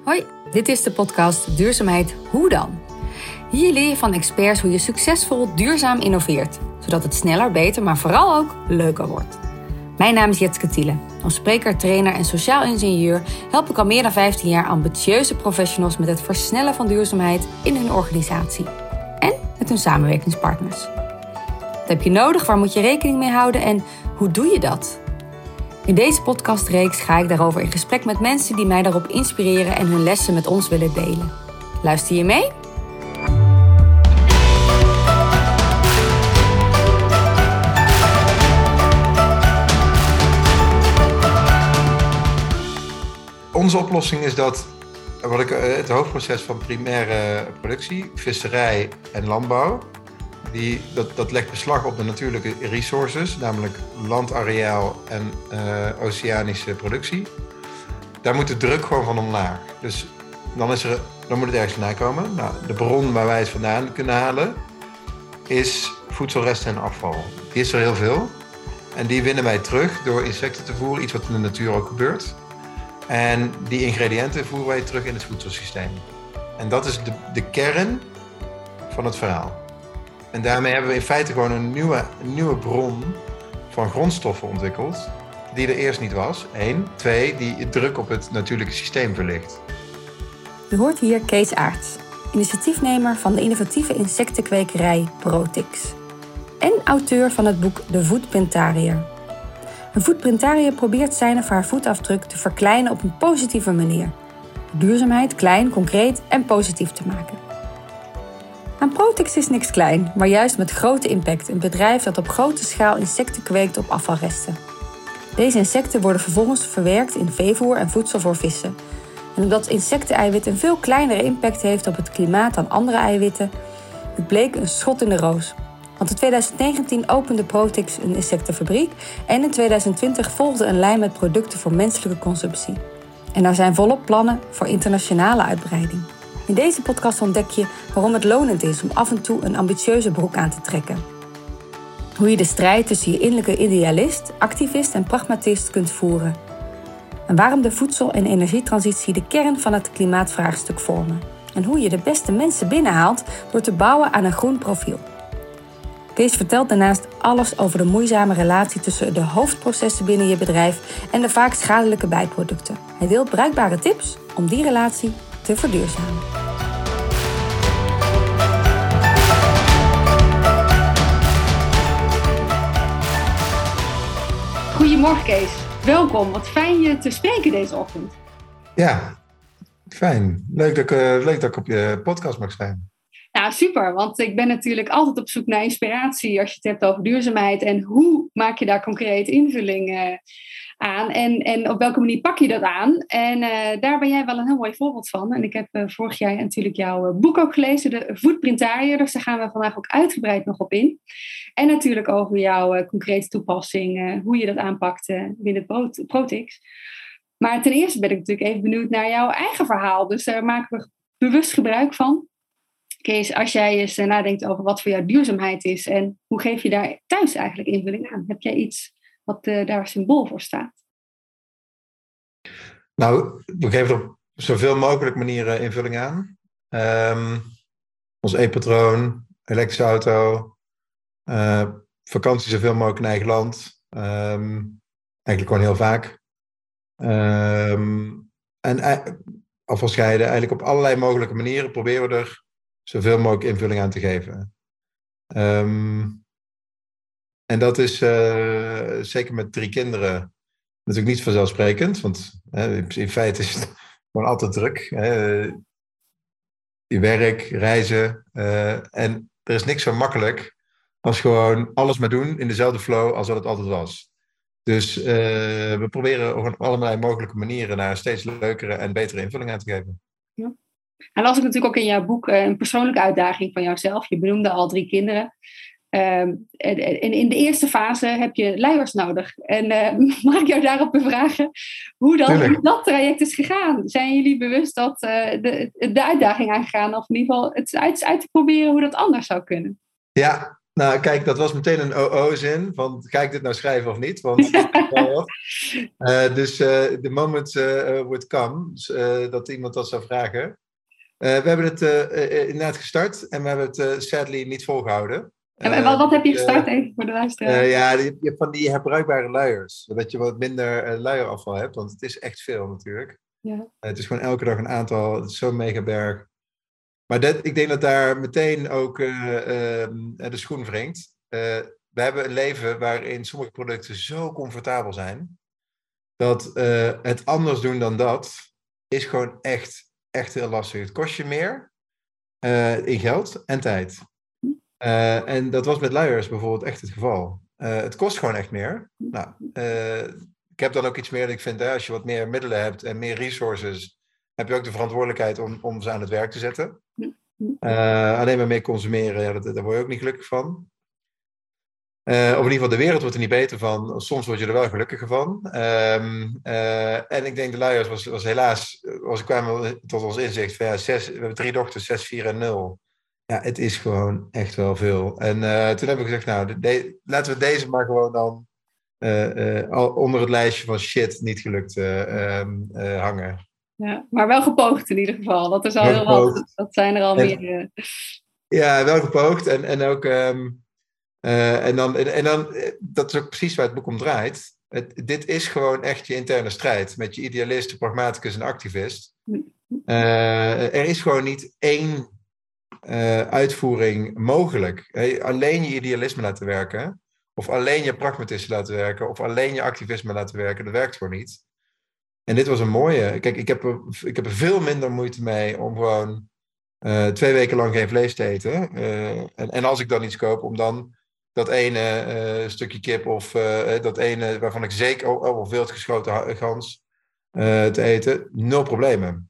Hoi, dit is de podcast Duurzaamheid Hoe Dan? Hier leer je van experts hoe je succesvol duurzaam innoveert, zodat het sneller, beter, maar vooral ook leuker wordt. Mijn naam is Jetske Thiele. Als spreker, trainer en sociaal ingenieur help ik al meer dan 15 jaar ambitieuze professionals met het versnellen van duurzaamheid in hun organisatie en met hun samenwerkingspartners. Wat heb je nodig? Waar moet je rekening mee houden en hoe doe je dat? In deze podcastreeks ga ik daarover in gesprek met mensen die mij daarop inspireren en hun lessen met ons willen delen. Luister je mee? Onze oplossing is dat het hoofdproces van primaire productie, visserij en landbouw, dat legt beslag op de natuurlijke resources, namelijk landareaal en oceanische productie. Daar moet de druk gewoon van omlaag. Dus dan moet het ergens vandaan komen. Nou, de bron waar wij het vandaan kunnen halen is voedselresten en afval. Die is er heel veel. En die winnen wij terug door insecten te voeren, iets wat in de natuur ook gebeurt. En die ingrediënten voeren wij terug in het voedselsysteem. En dat is de kern van het verhaal. En daarmee hebben we in feite gewoon een nieuwe bron van grondstoffen ontwikkeld, die er eerst niet was. 1. 2, die druk op het natuurlijke systeem verlicht. U hoort hier Kees Aerts, initiatiefnemer van de innovatieve insectenkwekerij Protix. En auteur van het boek De Footprintariër. Een footprintariër probeert zijn of haar voetafdruk te verkleinen op een positieve manier. Duurzaamheid klein, concreet en positief te maken. Aan Protix is niks klein, maar juist met grote impact. Een bedrijf dat op grote schaal insecten kweekt op afvalresten. Deze insecten worden vervolgens verwerkt in veevoer en voedsel voor vissen. En omdat insecteneiwit een veel kleinere impact heeft op het klimaat dan andere eiwitten, het bleek een schot in de roos. Want in 2019 opende Protix een insectenfabriek en in 2020 volgde een lijn met producten voor menselijke consumptie. En er zijn volop plannen voor internationale uitbreiding. In deze podcast ontdek je waarom het lonend is om af en toe een ambitieuze broek aan te trekken. Hoe je de strijd tussen je innerlijke idealist, activist en pragmatist kunt voeren. En waarom de voedsel- en energietransitie de kern van het klimaatvraagstuk vormen. En hoe je de beste mensen binnenhaalt door te bouwen aan een groen profiel. Kees vertelt daarnaast alles over de moeizame relatie tussen de hoofdprocessen binnen je bedrijf en de vaak schadelijke bijproducten. Hij deelt bruikbare tips om die relatie te verduurzamen. Goedemorgen Kees, welkom. Wat fijn je te spreken deze ochtend. Ja, fijn. Leuk dat ik op je podcast mag zijn. Nou, super, want ik ben natuurlijk altijd op zoek naar inspiratie als je het hebt over duurzaamheid en hoe maak je daar concreet invulling aan en op welke manier pak je dat aan. En daar ben jij wel een heel mooi voorbeeld van. En ik heb vorig jaar natuurlijk jouw boek ook gelezen, De Footprintariër, dus daar gaan we vandaag ook uitgebreid nog op in. En natuurlijk over jouw concrete toepassing, hoe je dat aanpakt binnen Protix. Maar ten eerste ben ik natuurlijk even benieuwd naar jouw eigen verhaal, dus daar maken we bewust gebruik van. Kees, als jij eens nadenkt over wat voor jou duurzaamheid is en hoe geef je daar thuis eigenlijk invulling aan? Heb jij iets wat daar symbool voor staat? Nou, we geven er op zoveel mogelijk manieren invulling aan. Ons e-patroon, elektrische auto, vakantie zoveel mogelijk in eigen land. Eigenlijk gewoon heel vaak. En afval scheiden, eigenlijk op allerlei mogelijke manieren proberen we er zoveel mogelijk invulling aan te geven. En dat is zeker met 3 kinderen natuurlijk niet vanzelfsprekend. Want in feite is het gewoon altijd druk. Je werk, reizen. En er is niks zo makkelijk als gewoon alles maar doen in dezelfde flow als dat het altijd was. Dus we proberen op allerlei mogelijke manieren naar een steeds leukere en betere invulling aan te geven. Ja. En las ik natuurlijk ook in jouw boek een persoonlijke uitdaging van jouzelf. Je benoemde al 3 kinderen. En in de eerste fase heb je leiders nodig. En mag ik jou daarop bevragen hoe dat traject is gegaan? Zijn jullie bewust dat de uitdaging aangegaan? Of in ieder geval het uit te proberen hoe dat anders zou kunnen? Ja, Nou, kijk, dat was meteen een OO-zin van ga ik dit nou schrijven of niet? Want het is wel wat. Dus the moment would come, dus, dat iemand dat zou vragen. We hebben het inderdaad gestart en we hebben het sadly niet volgehouden. En wat heb je gestart even voor de luisteraar? Ja, je hebt van die herbruikbare luiers. Zodat je wat minder luierafval hebt, want het is echt veel natuurlijk. Ja. Het is gewoon elke dag een aantal, het is zo'n megaberg. Maar ik denk dat daar meteen ook de schoen wringt. We hebben een leven waarin sommige producten zo comfortabel zijn, dat het anders doen dan dat is gewoon echt heel lastig. Het kost je meer in geld en tijd. En dat was met luiers bijvoorbeeld echt het geval. Het kost gewoon echt meer. Nou, ik heb dan ook iets meer dat ik vind, als je wat meer middelen hebt en meer resources, heb je ook de verantwoordelijkheid om ze aan het werk te zetten. Alleen maar meer consumeren, ja, daar word je ook niet gelukkig van. Of in ieder geval, de wereld wordt er niet beter van. Soms word je er wel gelukkiger van. En ik denk de luiers was helaas, kwamen tot ons inzicht van, we hebben 3 dochters, 6, 4 en 0. Ja, het is gewoon echt wel veel. En toen heb ik gezegd, nou, laten we deze maar gewoon dan onder het lijstje van shit niet gelukt hangen. Ja, maar wel gepoogd in ieder geval. Dat is al heel wat. Dat zijn er al meer. Ja, wel gepoogd. En ook... En dan, dat is ook precies waar het boek om draait. Dit is gewoon echt je interne strijd met je idealist, de pragmaticus en activist. Er is gewoon niet één uitvoering mogelijk. Alleen je idealisme laten werken, of alleen je pragmatisme laten werken, of alleen je activisme laten werken, dat werkt gewoon niet. En dit was een mooie. Kijk, ik heb er veel minder moeite mee om gewoon 2 weken lang geen vlees te eten. En als ik dan iets koop, om dan dat ene stukje kip of dat ene waarvan ik zeker of wild geschoten gans te eten, 0 problemen.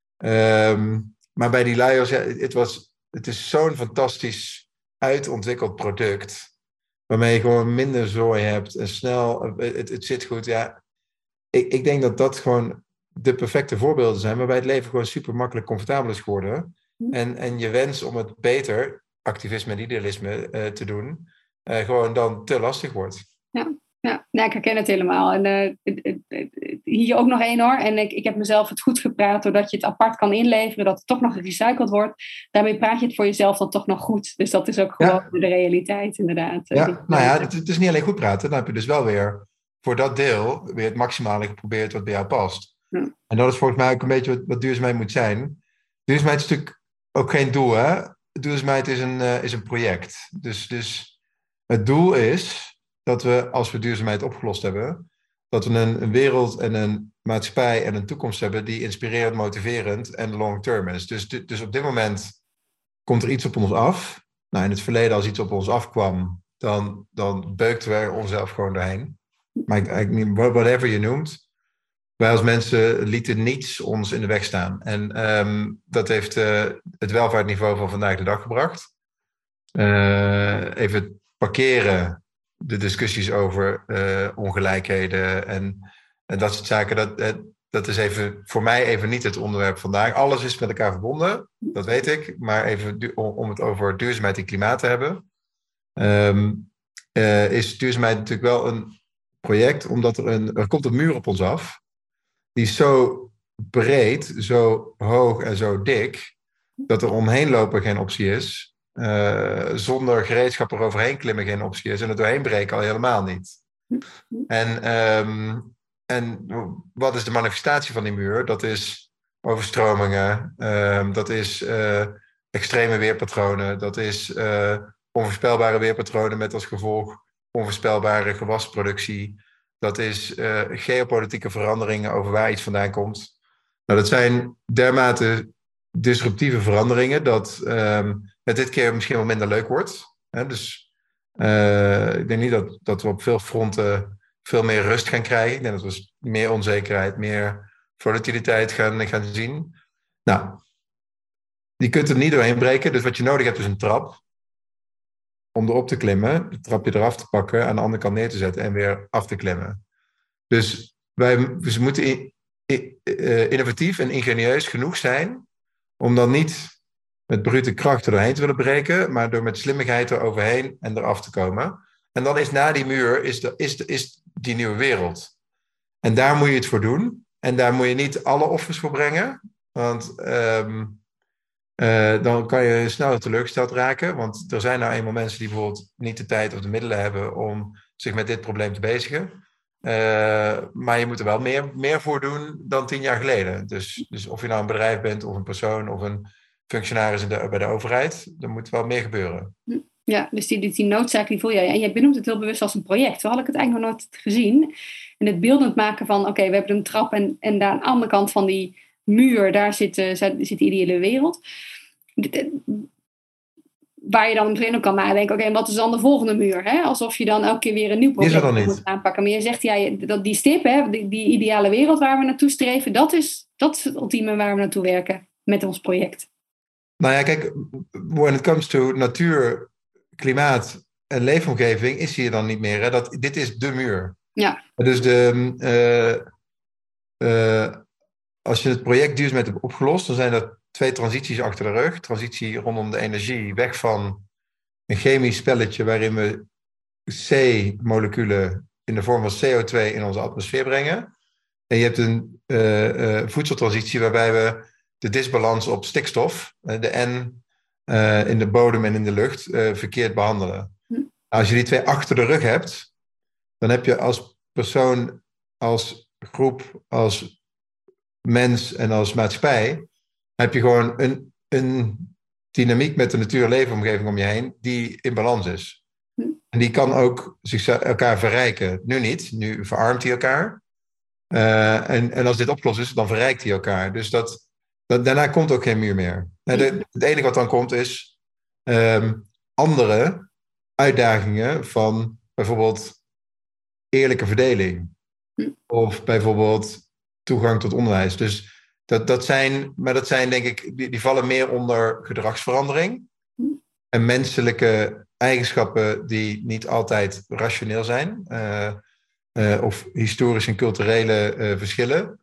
Maar bij die luiers, het is zo'n fantastisch uitontwikkeld product, waarmee je gewoon minder zooi hebt en snel, het zit goed. Ja, ik denk dat dat gewoon de perfecte voorbeelden zijn, waarbij het leven gewoon super makkelijk comfortabel is geworden. En je wens om het beter, activisme en idealisme, te doen, gewoon dan te lastig wordt. Ja, ik herken het helemaal. En hier ook nog één hoor. En ik heb mezelf het goed gepraat doordat je het apart kan inleveren, dat het toch nog gerecycled wordt. Daarmee praat je het voor jezelf dan toch nog goed. Dus dat is ook gewoon de realiteit inderdaad. Ja, nou ja, het is niet alleen goed praten. Dan heb je dus wel weer voor dat deel weer het maximale geprobeerd wat bij jou past. Ja. En dat is volgens mij ook een beetje wat duurzaamheid moet zijn. Duurzaamheid is natuurlijk ook geen doel, hè? Duurzaamheid is een project. Dus het doel is dat we, als we duurzaamheid opgelost hebben, dat we een wereld en een maatschappij en een toekomst hebben die inspirerend, motiverend en long term is. Dus op dit moment komt er iets op ons af. Nou, in het verleden, als iets op ons afkwam, dan beukten wij onszelf gewoon doorheen. Maar whatever je noemt, wij als mensen lieten niets ons in de weg staan. En dat heeft het welvaartniveau van vandaag de dag gebracht. Even parkeren de discussies over ongelijkheden en dat soort zaken. Dat is voor mij even niet het onderwerp vandaag. Alles is met elkaar verbonden, dat weet ik. Maar even om het over duurzaamheid en klimaat te hebben, is duurzaamheid natuurlijk wel een project, omdat er komt een muur op ons af. Die is zo breed, zo hoog en zo dik, dat er omheen lopen geen optie is. Zonder gereedschap eroverheen klimmen geen optie is. En er doorheen breken al helemaal niet. En wat is de manifestatie van die muur? Dat is overstromingen. Dat is extreme weerpatronen. Dat is onvoorspelbare weerpatronen met als gevolg onvoorspelbare gewasproductie. Dat is geopolitieke veranderingen over waar iets vandaan komt. Nou, dat zijn dermate disruptieve veranderingen dat het dit keer misschien wel minder leuk wordt. Hè? Dus ik denk niet dat we op veel fronten veel meer rust gaan krijgen. Ik denk dat we meer onzekerheid, meer volatiliteit gaan zien. Nou, je kunt er niet doorheen breken. Dus wat je nodig hebt is een trap om erop te klimmen, het trapje eraf te pakken, aan de andere kant neer te zetten en weer af te klimmen. Dus we moeten innovatief en ingenieus genoeg zijn om dan niet met brute kracht er doorheen te willen breken, maar door met slimmigheid er overheen en eraf te komen. En dan is na die muur is die nieuwe wereld. En daar moet je het voor doen. En daar moet je niet alle offers voor brengen. Want dan kan je snel teleurgesteld raken. Want er zijn nou eenmaal mensen die bijvoorbeeld niet de tijd of de middelen hebben om zich met dit probleem te bezigen. Maar je moet er wel meer voor doen dan 10 jaar geleden. Dus of je nou een bedrijf bent of een persoon of een functionaris bij de overheid, er moet wel meer gebeuren. Ja, dus die noodzaak die voel jij. En jij benoemt het heel bewust als een project. Zo had ik het eigenlijk nog nooit gezien. En het beeldend maken van, oké, we hebben een trap en daar aan de andere kant van die muur, daar zit de ideale wereld. Waar je dan meteen ook kan nadenken, oké, en wat is dan de volgende muur? Hè? Alsof je dan elke keer weer een nieuw probleem moet aanpakken. Maar je zegt, ja, dat die stip, hè, die ideale wereld waar we naartoe streven, dat is het ultieme waar we naartoe werken met ons project. Nou ja, kijk, when it comes to natuur, klimaat en leefomgeving is hier dan niet meer. Hè? Dit is de muur. Ja. Dus als je het project duurzaamheid hebt opgelost, dan zijn er 2 transities achter de rug. Transitie rondom de energie, weg van een chemisch spelletje waarin we C-moleculen in de vorm van CO2 in onze atmosfeer brengen. En je hebt een voedseltransitie waarbij we de disbalans op stikstof, de N in de bodem en in de lucht, verkeerd behandelen. Als je die 2 achter de rug hebt, dan heb je als persoon, als groep, als mens en als maatschappij, heb je gewoon een dynamiek met de natuur- en leefomgeving om je heen die in balans is. En die kan ook elkaar verrijken. Nu niet, nu verarmt hij elkaar. En als dit opgelost is, dan verrijkt hij elkaar. Dus daarna komt ook geen muur meer. Het enige wat dan komt is andere uitdagingen van bijvoorbeeld eerlijke verdeling. Of bijvoorbeeld toegang tot onderwijs. Dus dat zijn denk ik, die vallen meer onder gedragsverandering. En menselijke eigenschappen die niet altijd rationeel zijn. Of historisch en culturele verschillen.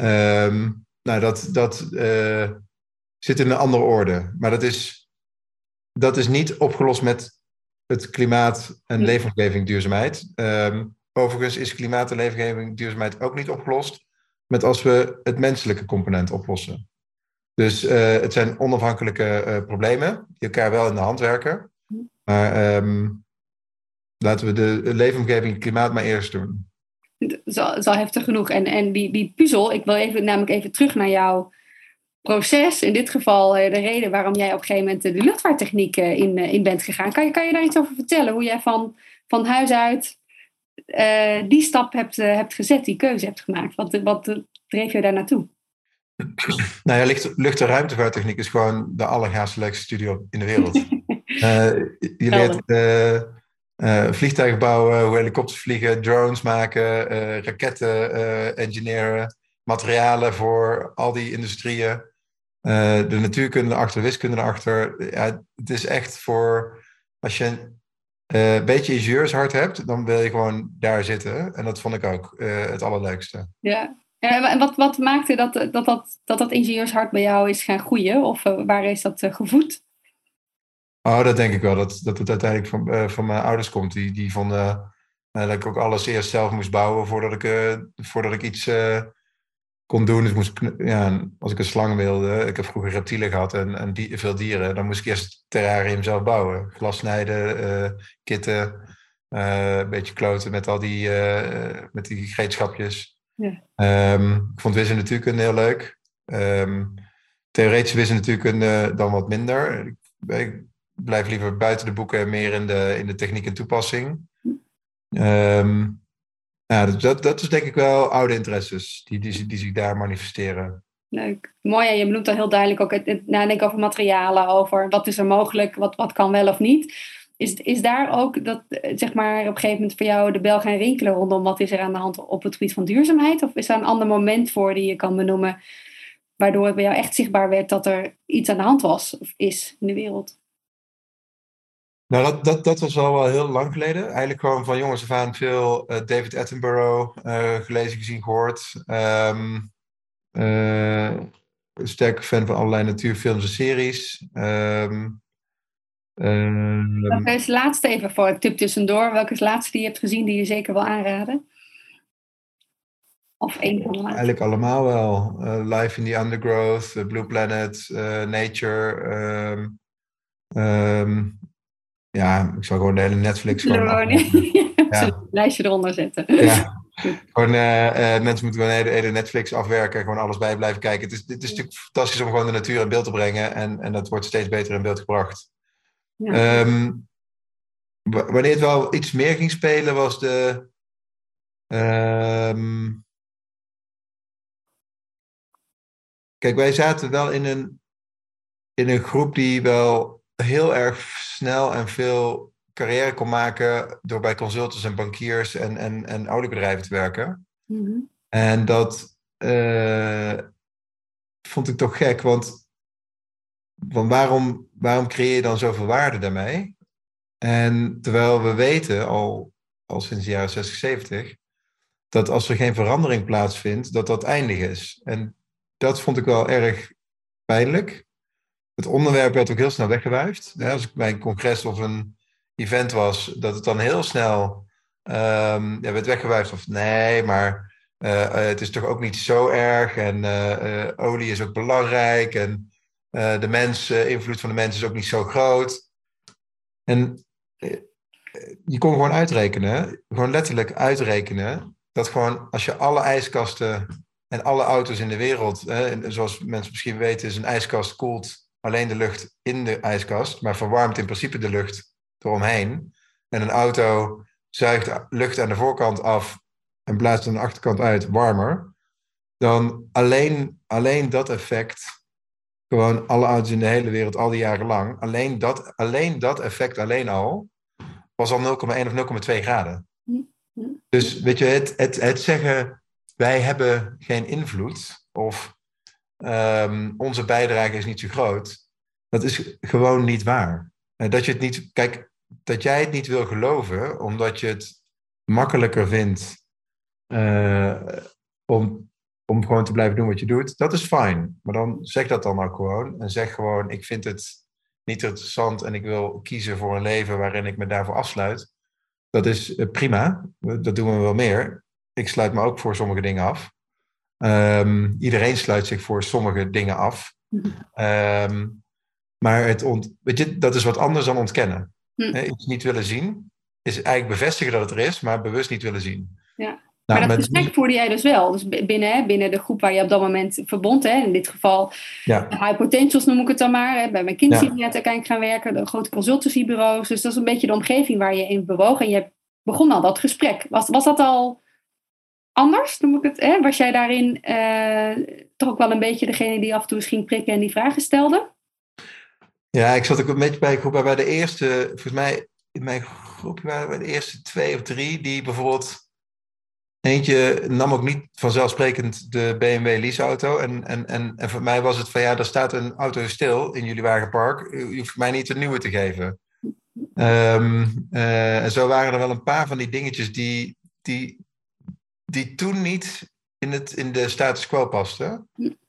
Dat zit in een andere orde. Maar dat is niet opgelost met het klimaat en leefomgeving duurzaamheid. Overigens is klimaat en leefomgeving duurzaamheid ook niet opgelost met als we het menselijke component oplossen. Dus het zijn onafhankelijke problemen die elkaar wel in de hand werken. Maar laten we de leefomgeving en het klimaat maar eerst doen. Dat is al heftig genoeg. En die puzzel, ik wil namelijk even terug naar jouw proces. In dit geval de reden waarom jij op een gegeven moment de luchtvaarttechniek in bent gegaan. Kan je daar iets over vertellen? Hoe jij van huis uit die stap hebt gezet, die keuze hebt gemaakt? Wat dreef je daar naartoe? Nou ja, lucht- en ruimtevaarttechniek is gewoon de allergaafste leukste studie in de wereld. Je leert vliegtuigen bouwen, hoe helikopters vliegen, drones maken, raketten engineeren, materialen voor al die industrieën. De natuurkunde erachter, de wiskunde erachter. Ja, het is echt voor, als je een beetje ingenieurshart hebt, dan wil je gewoon daar zitten. En dat vond ik ook het allerleukste. Ja. En wat maakte dat ingenieurshart bij jou is gaan groeien? Of waar is dat gevoed? Oh, dat denk ik wel. Dat het uiteindelijk van mijn ouders komt. Die vonden dat ik ook alles eerst zelf moest bouwen voordat ik iets kon doen. Dus als ik een slang wilde, ik heb vroeger reptielen gehad en veel dieren, dan moest ik eerst het terrarium zelf bouwen. Glas snijden, kitten, een beetje kloten met al met die gereedschapjes. Ja. Ik vond wiskunde natuurkunde heel leuk. Theoretische wiskunde natuurkunde dan wat minder. Ik blijf liever buiten de boeken en meer in de techniek en toepassing. Dat is denk ik wel oude interesses die zich daar manifesteren. Leuk. Mooi, ja, je benoemt dan heel duidelijk ook het nadenken over materialen, over wat is er mogelijk, wat kan wel of niet. Is daar ook dat, zeg maar, op een gegeven moment voor jou de bel gaan rinkelen rondom wat is er aan de hand op het gebied van duurzaamheid? Of is daar een ander moment voor die je kan benoemen, waardoor het bij jou echt zichtbaar werd dat er iets aan de hand was of is in de wereld? Nou, dat was al wel heel lang geleden. Eigenlijk gewoon van jongens af aan veel David Attenborough gelezen, gezien, gehoord. een sterke fan van allerlei natuurfilms en series. Welke is de laatste, even voor een tip tussendoor, welke is de laatste die je hebt gezien die je zeker wil aanraden? Of één van de laatste? Eigenlijk allemaal wel. Life in the Undergrowth, Blue Planet, Nature. Ja, ik zal gewoon de hele Netflix Een lijstje eronder zetten. Ja. Gewoon, mensen moeten gewoon de hele Netflix afwerken, gewoon alles bij blijven kijken. Het is natuurlijk fantastisch om gewoon de natuur in beeld te brengen en dat wordt steeds beter in beeld gebracht. Ja. Wanneer het wel iets meer ging spelen was de... Kijk, wij zaten wel in een groep die wel heel erg snel en veel carrière kon maken door bij consultants en bankiers en oliebedrijven te werken. Mm-hmm. En dat vond ik toch gek, want waarom creëer je dan zoveel waarde daarmee? En terwijl we weten al sinds de jaren 60, 70, dat als er geen verandering plaatsvindt, dat eindig is. En dat vond ik wel erg pijnlijk. Het onderwerp werd ook heel snel weggewuifd. Als ik bij een congres of een event was, dat het dan heel snel werd weggewuifd. Of nee, maar het is toch ook niet zo erg. En olie is ook belangrijk. En de invloed van de mens is ook niet zo groot. En je kon gewoon uitrekenen, gewoon letterlijk uitrekenen, dat gewoon als je alle ijskasten en alle auto's in de wereld, zoals mensen misschien weten, is een ijskast koelt alleen de lucht in de ijskast, maar verwarmt in principe de lucht eromheen. En een auto zuigt lucht aan de voorkant af en blaast aan de achterkant uit warmer. Dan alleen dat effect, gewoon alle auto's in de hele wereld al die jaren lang, alleen dat effect alleen al, was al 0,1 of 0,2 graden. Dus weet je, het zeggen, wij hebben geen invloed of onze bijdrage is niet zo groot, dat is gewoon niet waar. Dat jij het niet wil geloven, omdat je het makkelijker vindt om gewoon te blijven doen wat je doet, dat is fijn. Maar dan zeg dat dan ook gewoon. En zeg gewoon, ik vind het niet interessant en ik wil kiezen voor een leven waarin ik me daarvoor afsluit. Dat is prima. Dat doen we wel meer. Ik sluit me ook voor sommige dingen af. Iedereen sluit zich voor sommige dingen af. Maar dat is wat anders dan ontkennen. Iets niet willen zien is eigenlijk bevestigen dat het er is, maar bewust niet willen zien. Ja. Maar dat gesprek voerde jij dus wel. Dus binnen de groep waar je op dat moment verbond. In dit geval High Potentials noem ik het dan maar. Bij McKinsey ben je uiteindelijk gaan werken. De grote consultancybureaus. Dus dat is een beetje de omgeving waar je in bewoog. En je begon al dat gesprek. Was dat al anders, noem ik het? Was jij daarin toch ook wel een beetje degene die af en toe eens ging prikken en die vragen stelde? Ja, ik zat ook een beetje bij een groep waar de eerste, volgens mij in mijn groep waren we de eerste 2 of 3 die bijvoorbeeld... Eentje nam ook niet vanzelfsprekend de BMW leaseauto. En voor mij was het van er staat een auto stil in jullie wagenpark. U hoeft mij niet een nieuwe te geven. En zo waren er wel een paar van die dingetjes die toen niet in de status quo pasten.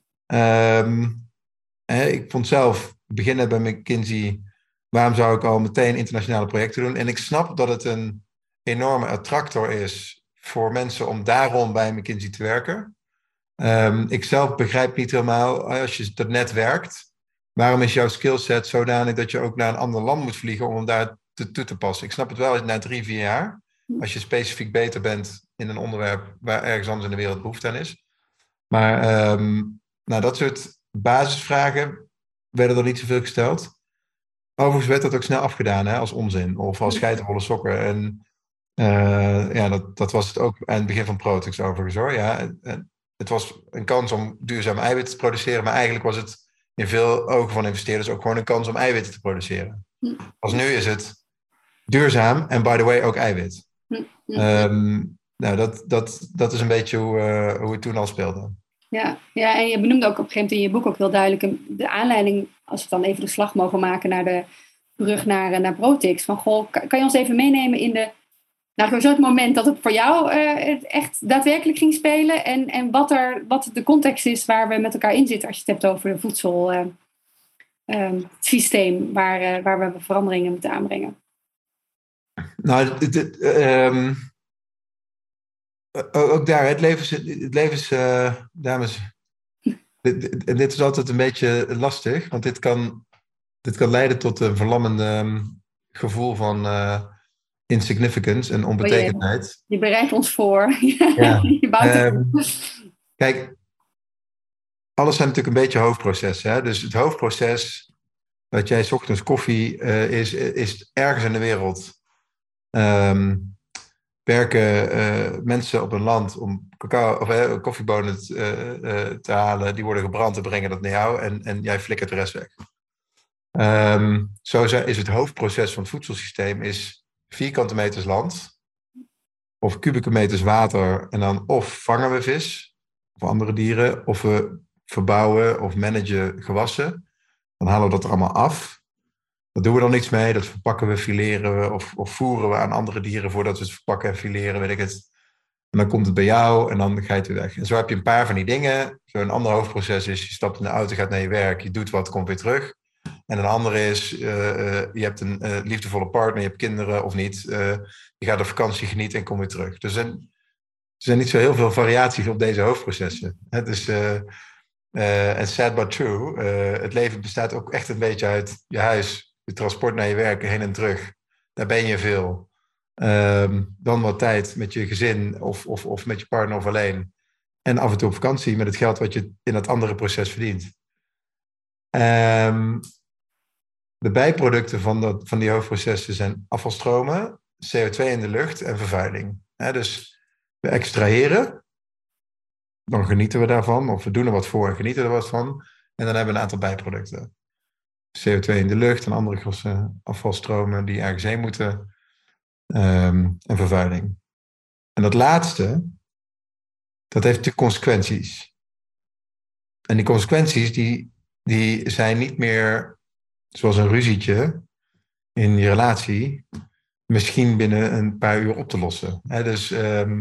Ik vond zelf, beginnen bij McKinsey, waarom zou ik al meteen internationale projecten doen? En ik snap dat het een enorme attractor is voor mensen om daarom bij McKinsey te werken. Ik zelf begrijp niet helemaal, als je dat net werkt, waarom is jouw skillset zodanig dat je ook naar een ander land moet vliegen om daar toe te passen? Ik snap het wel na 3-4 jaar, als je specifiek beter bent in een onderwerp waar ergens anders in de wereld behoefte aan is. Maar dat soort basisvragen werden er niet zoveel gesteld. Overigens werd dat ook snel afgedaan als onzin of als geitenwolle sokken. En dat was het ook aan het begin van Protix overigens hoor. Ja, het was een kans om duurzaam eiwitten te produceren, maar eigenlijk was het in veel ogen van investeerders ook gewoon een kans om eiwitten te produceren. Als nu is het duurzaam en by the way ook eiwit. Dat is een beetje hoe het toen al speelde. Ja, en je benoemde ook op een gegeven moment in je boek ook heel duidelijk de aanleiding, als we dan even de slag mogen maken naar de brug naar Protix. Van goh, kan je ons even meenemen in sowieso het moment dat het voor jou het echt daadwerkelijk ging spelen. En wat de context is waar we met elkaar in zitten als je het hebt over de voedselsysteem waar we veranderingen moeten aanbrengen. Nou, ook daar, het leven is dames, dit is altijd een beetje lastig, want dit kan leiden tot een verlammende gevoel van insignificance en onbetekendheid. Je bereidt ons voor. Ja. Je bouwt het. Kijk, alles zijn natuurlijk een beetje hoofdprocessen. Hè? Dus het hoofdproces dat jij 's ochtends koffie is ergens in de wereld. Werken mensen op een land om koffiebonen te halen. Die worden gebrand en brengen dat naar jou. En jij flikkert de rest weg. Zo is het hoofdproces van het voedselsysteem is vierkante meters land. Of kubieke meters water. En dan of vangen we vis. Of andere dieren. Of we verbouwen of managen gewassen. Dan halen we dat er allemaal af. Dat doen we dan niks mee. Dat verpakken we, fileren we of voeren we aan andere dieren voordat we het verpakken en fileren, weet ik het. En dan komt het bij jou en dan ga je het weer weg. En zo heb je een paar van die dingen. Zo een ander hoofdproces is, je stapt in de auto, gaat naar je werk, je doet wat, komt weer terug. En een andere is, je hebt een liefdevolle partner, je hebt kinderen of niet. Je gaat op vakantie genieten en komt weer terug. Dus er zijn niet zo heel veel variaties op deze hoofdprocessen. Dus, en sad but true, het leven bestaat ook echt een beetje uit je huis, je transport naar je werk, heen en terug. Daar ben je veel. Dan wat tijd met je gezin of met je partner of alleen. En af en toe op vakantie met het geld wat je in dat andere proces verdient. De bijproducten van die hoofdprocessen zijn afvalstromen, CO2 in de lucht en vervuiling. Dus we extraheren, dan genieten we daarvan, of we doen er wat voor en genieten er wat van. En dan hebben we een aantal bijproducten. CO2 in de lucht en andere grosse afvalstromen die ergens heen moeten. En vervuiling. En dat laatste, dat heeft natuurlijk consequenties. En die consequenties die zijn niet meer zoals een ruzietje in je relatie misschien binnen een paar uur op te lossen. Dus,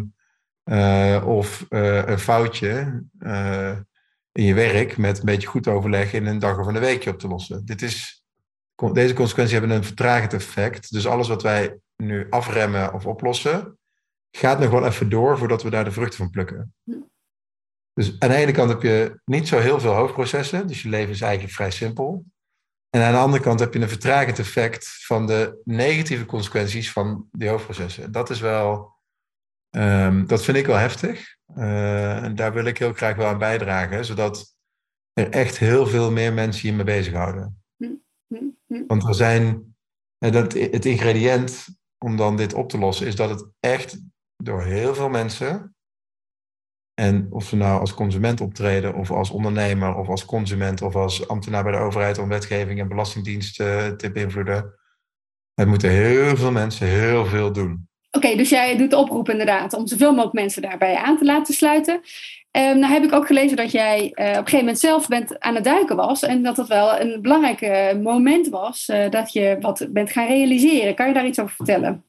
of een foutje in je werk met een beetje goed overleg in een dag of een weekje op te lossen. Deze consequenties hebben een vertragend effect. Dus alles wat wij nu afremmen of oplossen, gaat nog wel even door voordat we daar de vruchten van plukken. Dus aan de ene kant heb je niet zo heel veel hoofdprocessen, dus je leven is eigenlijk vrij simpel. En aan de andere kant heb je een vertragend effect van de negatieve consequenties van die hoofdprocessen. Dat is wel, dat vind ik wel heftig. En daar wil ik heel graag wel aan bijdragen, zodat er echt heel veel meer mensen hiermee bezighouden. Want er zijn, het ingrediënt om dan dit op te lossen, is dat het echt door heel veel mensen, en of ze nou als consument optreden, of als ondernemer, of als consument, of als ambtenaar bij de overheid om wetgeving en belastingdienst te beïnvloeden, het moeten heel veel mensen heel veel doen. Oké, dus jij doet de oproep inderdaad om zoveel mogelijk mensen daarbij aan te laten sluiten. Nou heb ik ook gelezen dat jij op een gegeven moment zelf aan het duiken was. En dat het wel een belangrijk moment was dat je wat bent gaan realiseren. Kan je daar iets over vertellen?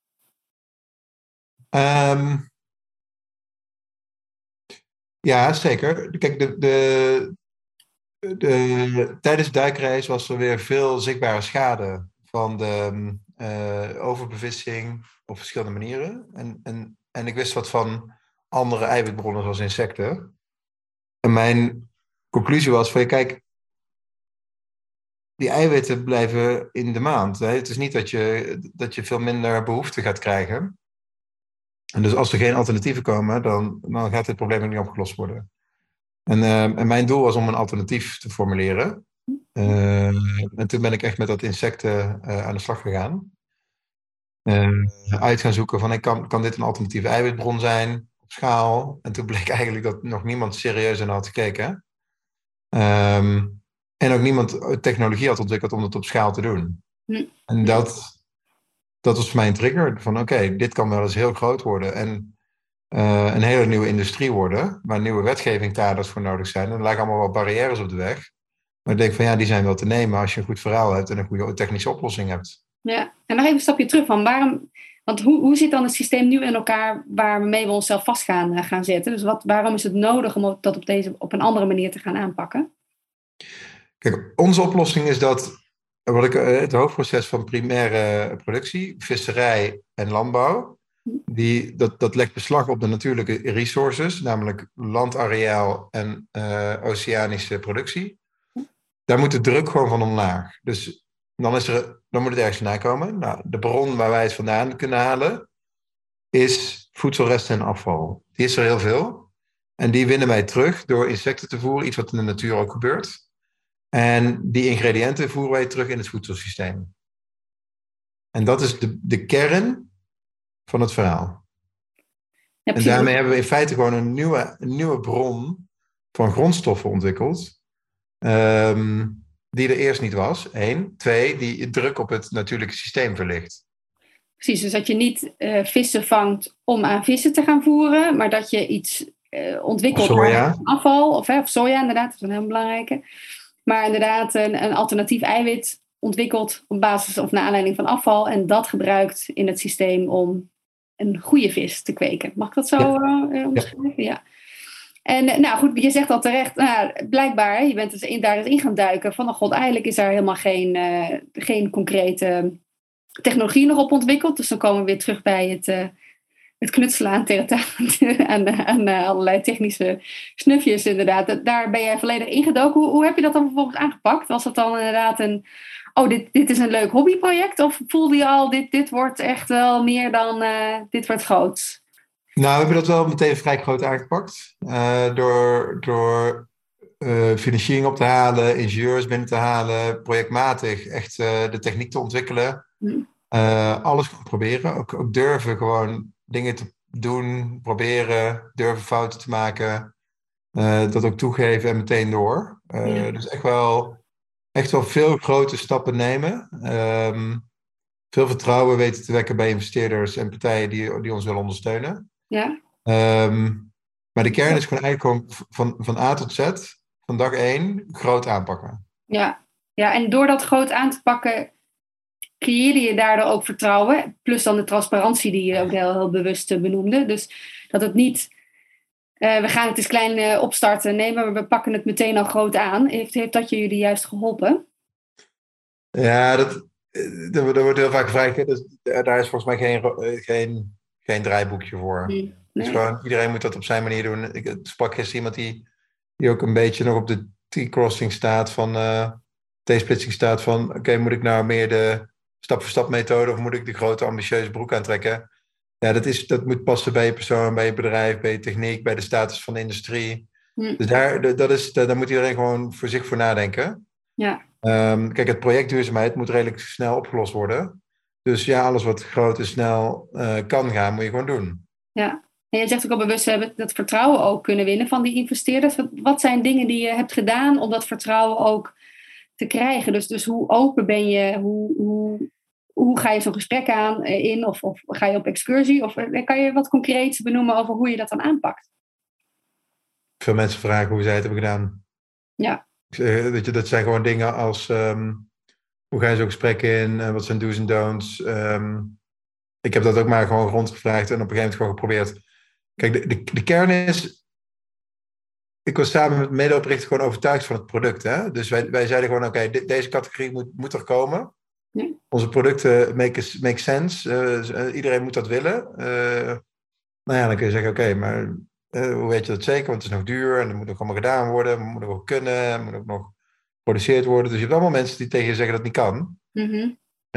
Ja, zeker. Kijk, tijdens de duikreis was er weer veel zichtbare schade van de overbevissing op verschillende manieren. En ik wist wat van andere eiwitbronnen zoals insecten. En mijn conclusie was van, kijk, die eiwitten blijven in de maand. Hè? Het is niet dat je veel minder behoefte gaat krijgen. En dus als er geen alternatieven komen, dan gaat dit probleem ook niet opgelost worden. En mijn doel was om een alternatief te formuleren. En toen ben ik echt met dat insecten aan de slag gegaan. Uit gaan zoeken van, kan dit een alternatieve eiwitbron zijn op schaal? En toen bleek eigenlijk dat nog niemand serieus naar had gekeken. En ook niemand technologie had ontwikkeld om het op schaal te doen. En dat was voor mij een trigger van oké, dit kan wel eens heel groot worden en een hele nieuwe industrie worden, waar nieuwe wetgevingskaders voor nodig zijn. En er lagen allemaal wat barrières op de weg. Maar ik denk van die zijn wel te nemen als je een goed verhaal hebt en een goede technische oplossing hebt. Ja, en nog even een stapje terug van Want hoe zit dan het systeem nu in elkaar waarmee we onszelf vast gaan zetten? Dus waarom is het nodig om dat op een andere manier te gaan aanpakken? Kijk, onze oplossing is dat het hoofdproces van primaire productie, visserij en landbouw, dat legt beslag op de natuurlijke resources, namelijk landareaal en oceanische productie. Daar moet de druk gewoon van omlaag. Dus dan moet het ergens vandaan komen. Nou, de bron waar wij het vandaan kunnen halen is voedselresten en afval. Die is er heel veel. En die winnen wij terug door insecten te voeren, iets wat in de natuur ook gebeurt. En die ingrediënten voeren wij terug in het voedselsysteem. En dat is de kern van het verhaal. Ja, en daarmee hebben we in feite gewoon een nieuwe bron van grondstoffen ontwikkeld. Die er eerst niet was. 1. 2, die druk op het natuurlijke systeem verlicht. Precies, dus dat je niet vissen vangt om aan vissen te gaan voeren, maar dat je iets ontwikkelt naar afval, of soja inderdaad, dat is een heel belangrijke. Maar inderdaad een alternatief eiwit ontwikkelt op basis of naar aanleiding van afval en dat gebruikt in het systeem om een goede vis te kweken. Mag ik dat zo omschrijven? Ja. En nou goed, je zegt al terecht, blijkbaar, je bent dus daar eens in gaan duiken van, god, eigenlijk is daar helemaal geen concrete technologie nog op ontwikkeld. Dus dan komen we weer terug bij het knutselen aan allerlei technische snufjes inderdaad. Daar ben jij volledig ingedoken. Hoe heb je dat dan vervolgens aangepakt? Was dat dan inderdaad dit is een leuk hobbyproject? Of voelde je al, dit wordt echt wel meer dan, dit wordt groot? Nou, we hebben dat wel meteen vrij groot aangepakt. Door financiering op te halen, ingenieurs binnen te halen, projectmatig echt de techniek te ontwikkelen. Alles gewoon proberen. Ook durven gewoon dingen te doen, proberen, durven fouten te maken. Dat ook toegeven en meteen door. Dus echt wel veel grote stappen nemen. Veel vertrouwen weten te wekken bij investeerders en partijen die ons willen ondersteunen. Ja. Maar de kern is gewoon eigenlijk van A tot Z, van dag 1, groot aanpakken. Ja, en door dat groot aan te pakken, creëerde je daardoor ook vertrouwen. Plus dan de transparantie die je ook heel bewust benoemde. Dus dat het niet, we gaan het eens klein opstarten, nee, maar we pakken het meteen al groot aan. Heeft dat jullie juist geholpen? Ja, dat wordt heel vaak gevraagd. Dus, daar is volgens mij geen draaiboekje voor. Nee. Dus gewoon, iedereen moet dat op zijn manier doen. Ik sprak gisteren iemand die ook een beetje nog op de T-crossing staat van T-splitsing staat van oké, moet ik nou meer de stap-voor-stap methode of moet ik de grote ambitieuze broek aantrekken? Ja, dat moet passen bij je persoon, bij je bedrijf, bij je techniek, bij de status van de industrie. Dus daar moet iedereen gewoon voor zich voor nadenken. Ja. Kijk, het project duurzaamheid moet redelijk snel opgelost worden. Dus ja, alles wat groot en snel kan gaan, moet je gewoon doen. Ja, en je zegt ook al bewust, we hebben dat vertrouwen ook kunnen winnen van die investeerders. Wat zijn dingen die je hebt gedaan om dat vertrouwen ook te krijgen? Dus hoe open ben je? Hoe ga je zo'n gesprek in? Of ga je op excursie? Of kan je wat concreets benoemen over hoe je dat dan aanpakt? Veel mensen vragen hoe zij het hebben gedaan. Ja. Dat zijn gewoon dingen als hoe ga je zo'n gesprek in? Wat zijn do's en don'ts? Ik heb dat ook maar gewoon rondgevraagd en op een gegeven moment gewoon geprobeerd. Kijk, de kern is, ik was samen met medeoprichter gewoon overtuigd van het product. Hè? Dus wij zeiden gewoon, oké, deze categorie moet er komen. Ja. Onze producten make sense. Iedereen moet dat willen. Nou ja, dan kun je zeggen, oké, maar hoe weet je dat zeker? Want het is nog duur en dat moet ook allemaal gedaan worden. Het moet ook kunnen, het moet ook nog geproduceerd worden. Dus je hebt allemaal mensen die tegen je zeggen dat het niet kan. Mm-hmm.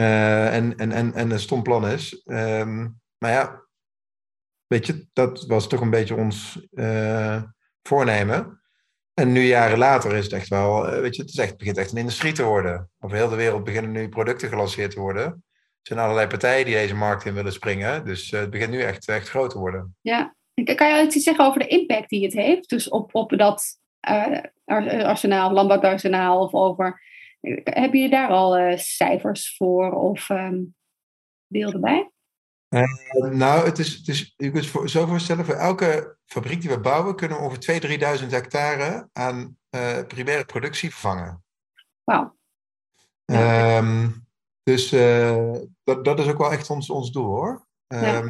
En een stom plan is. Maar ja, weet je, dat was toch een beetje ons voornemen. En nu jaren later is het echt wel, weet je, het begint echt een industrie te worden. Over heel de wereld beginnen nu producten gelanceerd te worden. Er zijn allerlei partijen die deze markt in willen springen. Dus het begint nu echt groot te worden. Ja, kan je iets zeggen over de impact die het heeft? Dus op dat arsenaal, landbouwarsenaal of over... Heb je daar al cijfers voor of beelden bij? Nou, je kunt je zo voorstellen, voor elke fabriek die we bouwen, kunnen we ongeveer 2.000-3.000 hectare aan primaire productie vervangen. Wauw. Ja. Dus dat is ook wel echt ons doel, hoor. Ja.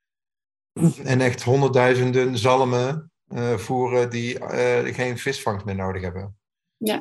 En echt honderdduizenden zalmen voeren die geen visvangst meer nodig hebben. Ja.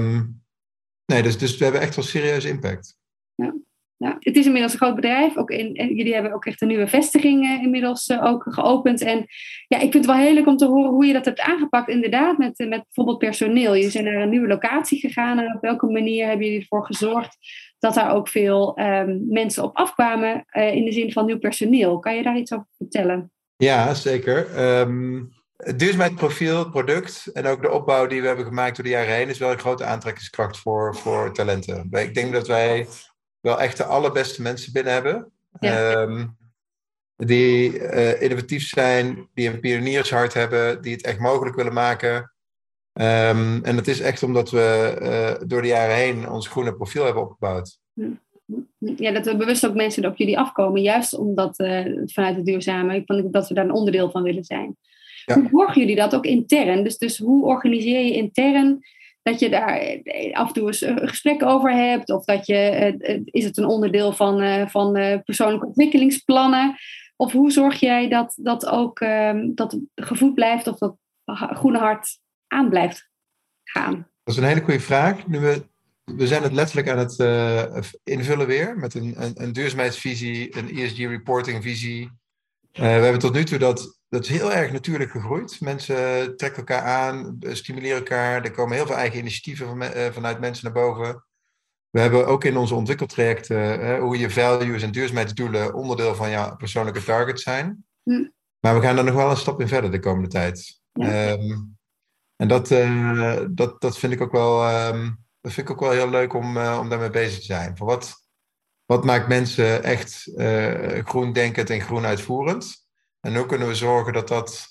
Nee, dus we hebben echt wel serieuze impact. Ja. Ja. Het is inmiddels een groot bedrijf. En jullie hebben ook echt een nieuwe vestiging inmiddels ook geopend. En ja, ik vind het wel heel leuk om te horen hoe je dat hebt aangepakt. Inderdaad, met bijvoorbeeld personeel. Jullie zijn naar een nieuwe locatie gegaan. En op welke manier hebben jullie ervoor gezorgd dat daar ook veel mensen op afkwamen in de zin van nieuw personeel? Kan je daar iets over vertellen? Ja, zeker. Het duurzaamheidsprofiel, het product en ook de opbouw die we hebben gemaakt door de jaren heen is wel een grote aantrekkingskracht voor talenten. Ik denk dat wij wel echt de allerbeste mensen binnen hebben. Ja. Die innovatief zijn, die een pioniershart hebben, die het echt mogelijk willen maken. En dat is echt omdat we door de jaren heen ons groene profiel hebben opgebouwd. Ja, dat er bewust ook mensen op jullie afkomen, juist omdat vanuit het duurzame, ik vond dat we daar een onderdeel van willen zijn. Ja. Hoe borgen jullie dat ook intern? Dus hoe organiseer je intern dat je daar af en toe eens een gesprek over hebt? Of dat is het een onderdeel van persoonlijke ontwikkelingsplannen? Of hoe zorg jij dat ook dat gevoed blijft of dat groene hart aan blijft gaan? Dat is een hele goede vraag. We zijn het letterlijk aan het invullen weer met een duurzaamheidsvisie, een ESG reporting visie. We hebben tot nu toe dat is heel erg natuurlijk gegroeid. Mensen trekken elkaar aan, stimuleren elkaar. Er komen heel veel eigen initiatieven vanuit mensen naar boven. We hebben ook in onze ontwikkeltrajecten hoe je values en duurzaamheidsdoelen onderdeel van jouw persoonlijke targets zijn. Maar we gaan er nog wel een stap in verder de komende tijd. Ja. En dat vind ik ook wel... dat vind ik ook wel heel leuk om daarmee bezig te zijn. Van wat maakt mensen echt groen denkend en groen uitvoerend? En hoe kunnen we zorgen dat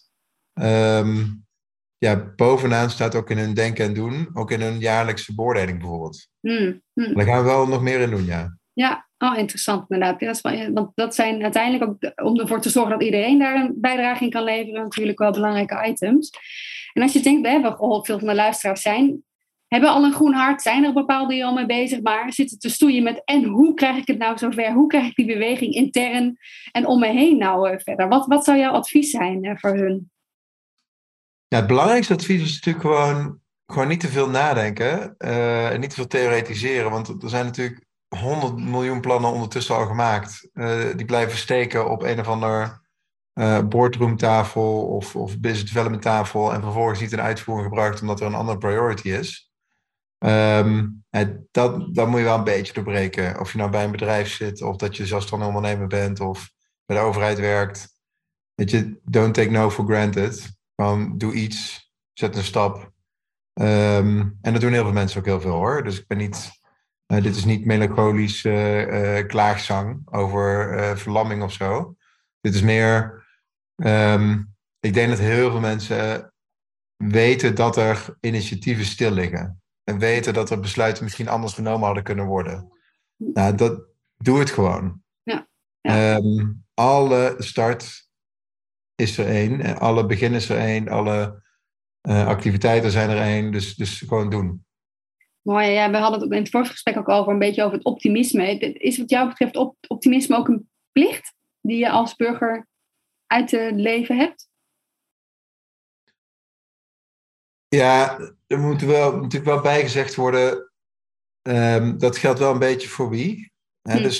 bovenaan staat ook in hun denken en doen. Ook in hun jaarlijkse beoordeling bijvoorbeeld. Daar gaan we wel nog meer in doen, ja. Ja, interessant inderdaad. Want dat zijn uiteindelijk ook, om ervoor te zorgen dat iedereen daar een bijdrage in kan leveren, natuurlijk wel belangrijke items. En als je denkt, we hebben gehoord, veel van de luisteraars hebben al een groen hart, zijn er bepaalde die al mee bezig, maar zitten te stoeien met en hoe krijg ik het nou zover? Hoe krijg ik die beweging intern en om me heen nou verder? Wat zou jouw advies zijn voor hun? Ja, het belangrijkste advies is natuurlijk gewoon niet te veel nadenken en niet te veel theoretiseren, want er zijn natuurlijk 100 miljoen plannen ondertussen al gemaakt. Die blijven steken op een of ander boardroomtafel of business development tafel en vervolgens niet in uitvoering gebruikt omdat er een andere priority is. Dat moet je wel een beetje doorbreken. Of je nou bij een bedrijf zit, of dat je zelfstandig ondernemer bent, of bij de overheid werkt. Weet je, don't take no for granted. Gewoon doe iets, zet een stap. En dat doen heel veel mensen ook heel veel hoor. Dus ik ben niet, dit is niet melancholisch klaagzang over verlamming of zo. Dit is meer, ik denk dat heel veel mensen weten dat er initiatieven stil liggen. En weten dat er besluiten misschien anders genomen hadden kunnen worden. Nou, doe het gewoon. Ja. Ja. Alle start is er één. Alle begin is er één. Alle activiteiten zijn er één. Dus gewoon doen. Mooi. Ja, we hadden het in het vorige gesprek ook over een beetje over het optimisme. Is wat jou betreft optimisme ook een plicht die je als burger uit te leven hebt? Ja, er moet natuurlijk wel bijgezegd worden, dat geldt wel een beetje voor wie. Dus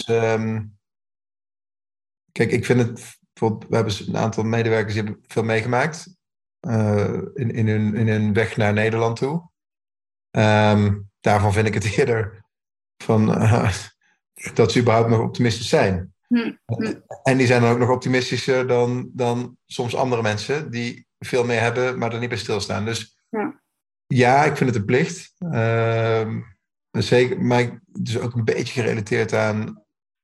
kijk, ik vind het, bijvoorbeeld, we hebben een aantal medewerkers die hebben veel meegemaakt in hun weg naar Nederland toe. Daarvan vind ik het eerder van dat ze überhaupt nog optimistisch zijn. En die zijn dan ook nog optimistischer dan soms andere mensen die veel meer hebben, maar er niet bij stilstaan. Dus ja, ik vind het een plicht. Zeker, maar het is ook een beetje gerelateerd aan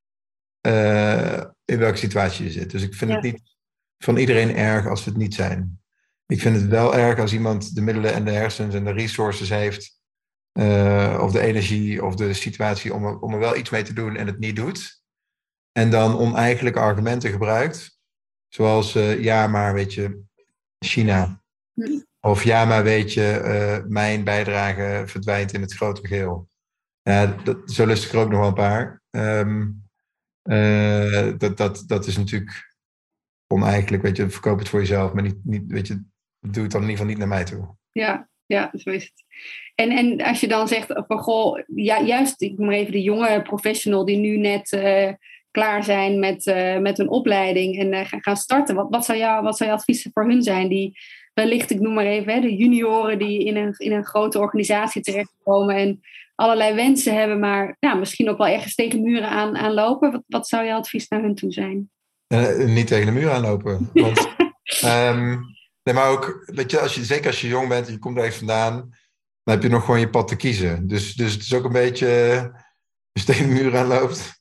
in welke situatie je zit. Dus ik vind het niet van iedereen erg als we het niet zijn. Ik vind het wel erg als iemand de middelen en de hersens en de resources heeft, of de energie of de situatie om er wel iets mee te doen en het niet doet. En dan oneigenlijke argumenten gebruikt. Zoals, ja, maar weet je, China. Of ja, maar weet je, mijn bijdrage verdwijnt in het grotere geheel. Ja, zo lust ik er ook nog wel een paar. Dat is natuurlijk oneigenlijk. Weet je, verkoop het voor jezelf, maar niet, weet je, doe het dan in ieder geval niet naar mij toe. Ja, zo is het. En als je dan zegt van goh, juist, ik noem maar even de jonge professional die nu net klaar zijn met een opleiding en gaan starten. Wat zou jouw advies voor hun zijn? Die wellicht, ik noem maar even, de junioren die in een grote organisatie terechtkomen en allerlei wensen hebben, maar misschien ook wel ergens tegen muren aanlopen. Wat zou jouw advies naar hun toe zijn? Niet tegen de muur aanlopen. Want, nee, maar ook, weet je, zeker als je jong bent en je komt ergens vandaan, dan heb je nog gewoon je pad te kiezen. Dus het is ook een beetje, als je tegen de muur aanloopt,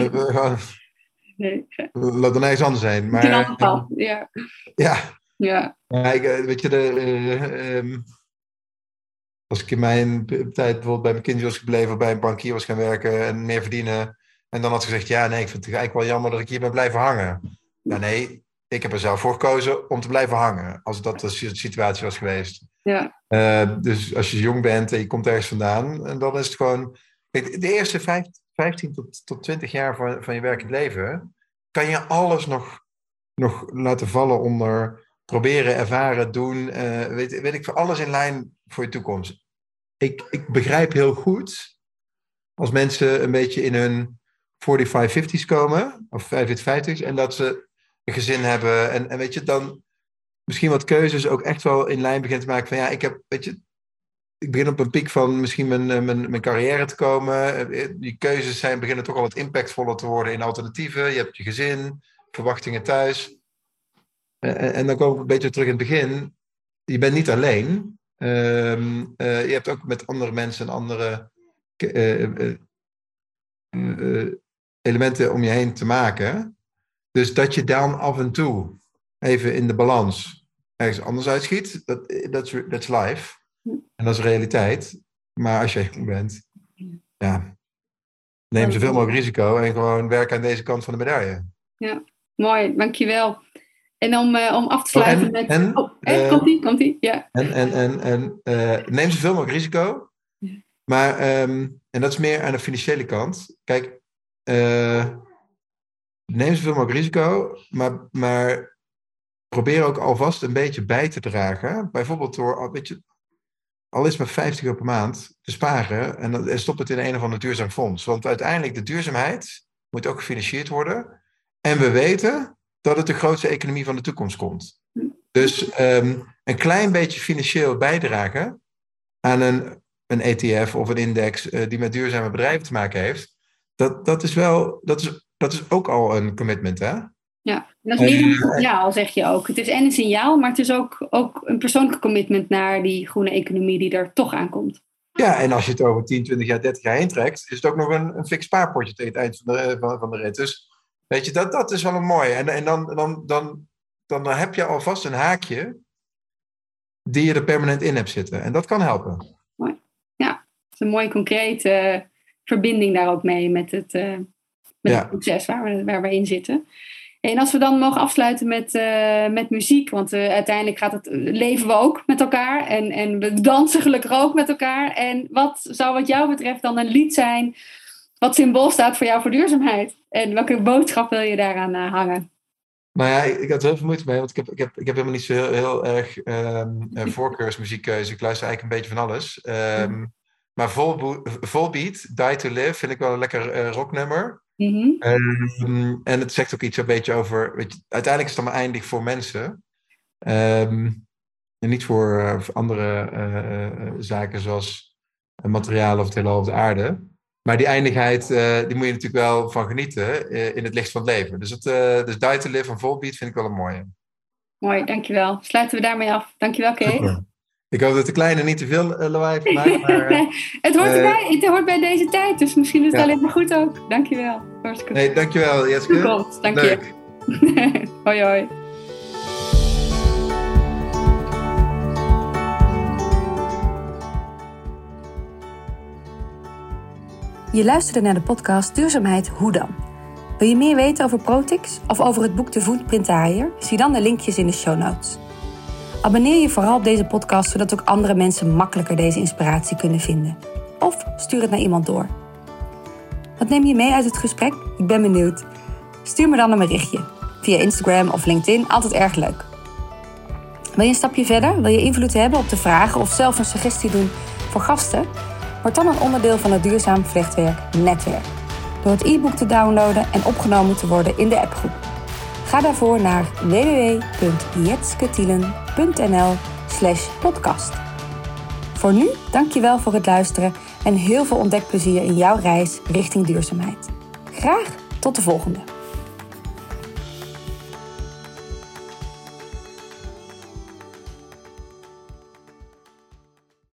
loop dan ergens anders heen. Maar, een ander pad, ja. Ja. Weet je, als ik in mijn tijd bijvoorbeeld bij McKinsey was gebleven of bij een bankier was gaan werken en meer verdienen, en dan had gezegd, ik vind het eigenlijk wel jammer dat ik hier ben blijven hangen. Ja, nee, ik heb er zelf voor gekozen om te blijven hangen, als dat de situatie was geweest. Ja. Dus als je jong bent en je komt ergens vandaan, en dan is het gewoon, de eerste 15 tot 20 jaar van je werkend leven, kan je alles nog laten vallen onder proberen, ervaren, doen, weet ik, voor alles in lijn voor je toekomst. Ik begrijp heel goed als mensen een beetje in hun 45, 50's komen, of 55's, en dat ze een gezin hebben, en weet je, dan misschien wat keuzes ook echt wel in lijn beginnen te maken van, ik begin op een piek van misschien mijn carrière te komen. Die keuzes beginnen toch al wat impactvoller te worden in alternatieven. Je hebt je gezin, verwachtingen thuis. En dan kom ik een beetje terug in het begin. Je bent niet alleen. Je hebt ook met andere mensen en andere elementen om je heen te maken. Dus dat je dan af en toe even in de balans ergens anders uitschiet, that's life. En dat is realiteit. Maar als je jong bent, neem zoveel mogelijk risico en gewoon werk aan deze kant van de medaille. Ja, mooi, dankjewel. En om af te sluiten komt-ie? Ja. En neem zoveel mogelijk risico. Maar, en dat is meer aan de financiële kant. Kijk, neem zoveel mogelijk risico, maar probeer ook alvast een beetje bij te dragen. Bijvoorbeeld door, weet je, al is maar €50 per maand te sparen en stop het in een of ander duurzaam fonds. Want uiteindelijk de duurzaamheid moet ook gefinancierd worden. En we weten dat het de grootste economie van de toekomst komt. Dus een klein beetje financieel bijdragen aan een ETF of een index die met duurzame bedrijven te maken heeft, dat is ook al een commitment, hè? Ja, dat is meer een signaal, zeg je ook. Het is en een signaal, maar het is ook een persoonlijke commitment naar die groene economie die er toch aankomt. Ja, en als je het over 10, 20 jaar, 30 jaar heen trekt, is het ook nog een fix spaarpotje tegen het eind van de rit. Dus weet je, dat is wel een mooie. En dan heb je alvast een haakje die je er permanent in hebt zitten. En dat kan helpen. Mooi. Ja, het is een mooie concrete verbinding daar ook mee met het proces waar we in zitten. En als we dan mogen afsluiten met muziek, want uiteindelijk leven we ook met elkaar en we dansen gelukkig ook met elkaar. En wat zou wat jou betreft dan een lied zijn wat symbool staat voor jou voor duurzaamheid? En welke boodschap wil je daaraan hangen? Nou ja, ik had er heel veel moeite mee, want ik heb helemaal niet zo heel erg voorkeursmuziekkeuze. Ik luister eigenlijk een beetje van alles. Maar Volbeat, Die to Live, vind ik wel een lekker rocknummer. Mm-hmm. En het zegt ook iets een beetje over, weet je, uiteindelijk is het allemaal eindig voor mensen. En niet voor andere zaken zoals materialen of het heelal of de aarde. Maar die eindigheid, die moet je natuurlijk wel van genieten in het licht van het leven. Dus Die to Live van Volbeat vind ik wel een mooie. Mooi, dankjewel. Sluiten we daarmee af. Dankjewel, Kees. Super. Ik hoop dat de kleine niet te veel lawaai van maakt. Maar, het hoort erbij. Het hoort bij deze tijd. Dus misschien is het alleen maar goed ook. Dankjewel. Nee, dankjewel, Jetske. Komt. Dank je. Hoi, hoi. Je luisterde naar de podcast Duurzaamheid Hoe dan? Wil je meer weten over Protix of over het boek De Voetprintariër? Zie dan de linkjes in de show notes. Abonneer je vooral op deze podcast, zodat ook andere mensen makkelijker deze inspiratie kunnen vinden. Of stuur het naar iemand door. Wat neem je mee uit het gesprek? Ik ben benieuwd. Stuur me dan een berichtje. Via Instagram of LinkedIn, altijd erg leuk. Wil je een stapje verder? Wil je invloed hebben op de vragen of zelf een suggestie doen voor gasten? Word dan een onderdeel van het Duurzaam Vlechtwerk Netwerk. Door het e-book te downloaden en opgenomen te worden in de appgroep. Ga daarvoor naar www.jetsketielen.nl/podcast. Voor nu, dankjewel voor het luisteren en heel veel ontdekplezier in jouw reis richting duurzaamheid. Graag tot de volgende.